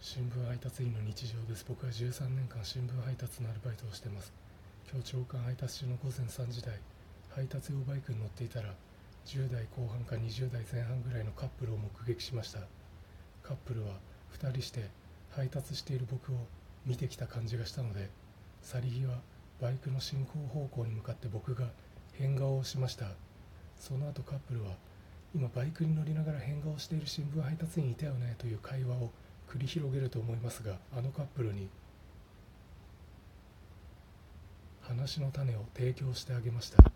新聞配達員の日常です。僕は13年間新聞配達のアルバイトをしています。今日朝刊配達中の午前3時台、配達用バイクに乗っていたら10代後半か20代前半ぐらいのカップルを目撃しました。カップルは2人して配達している僕を見てきた感じがしたので、去り際バイクの進行方向に向かって僕が変顔をしました。その後カップルは、今バイクに乗りながら変顔している新聞配達員いたよねという会話を繰り広げると思いますが、あのカップルに話の種を提供してあげました。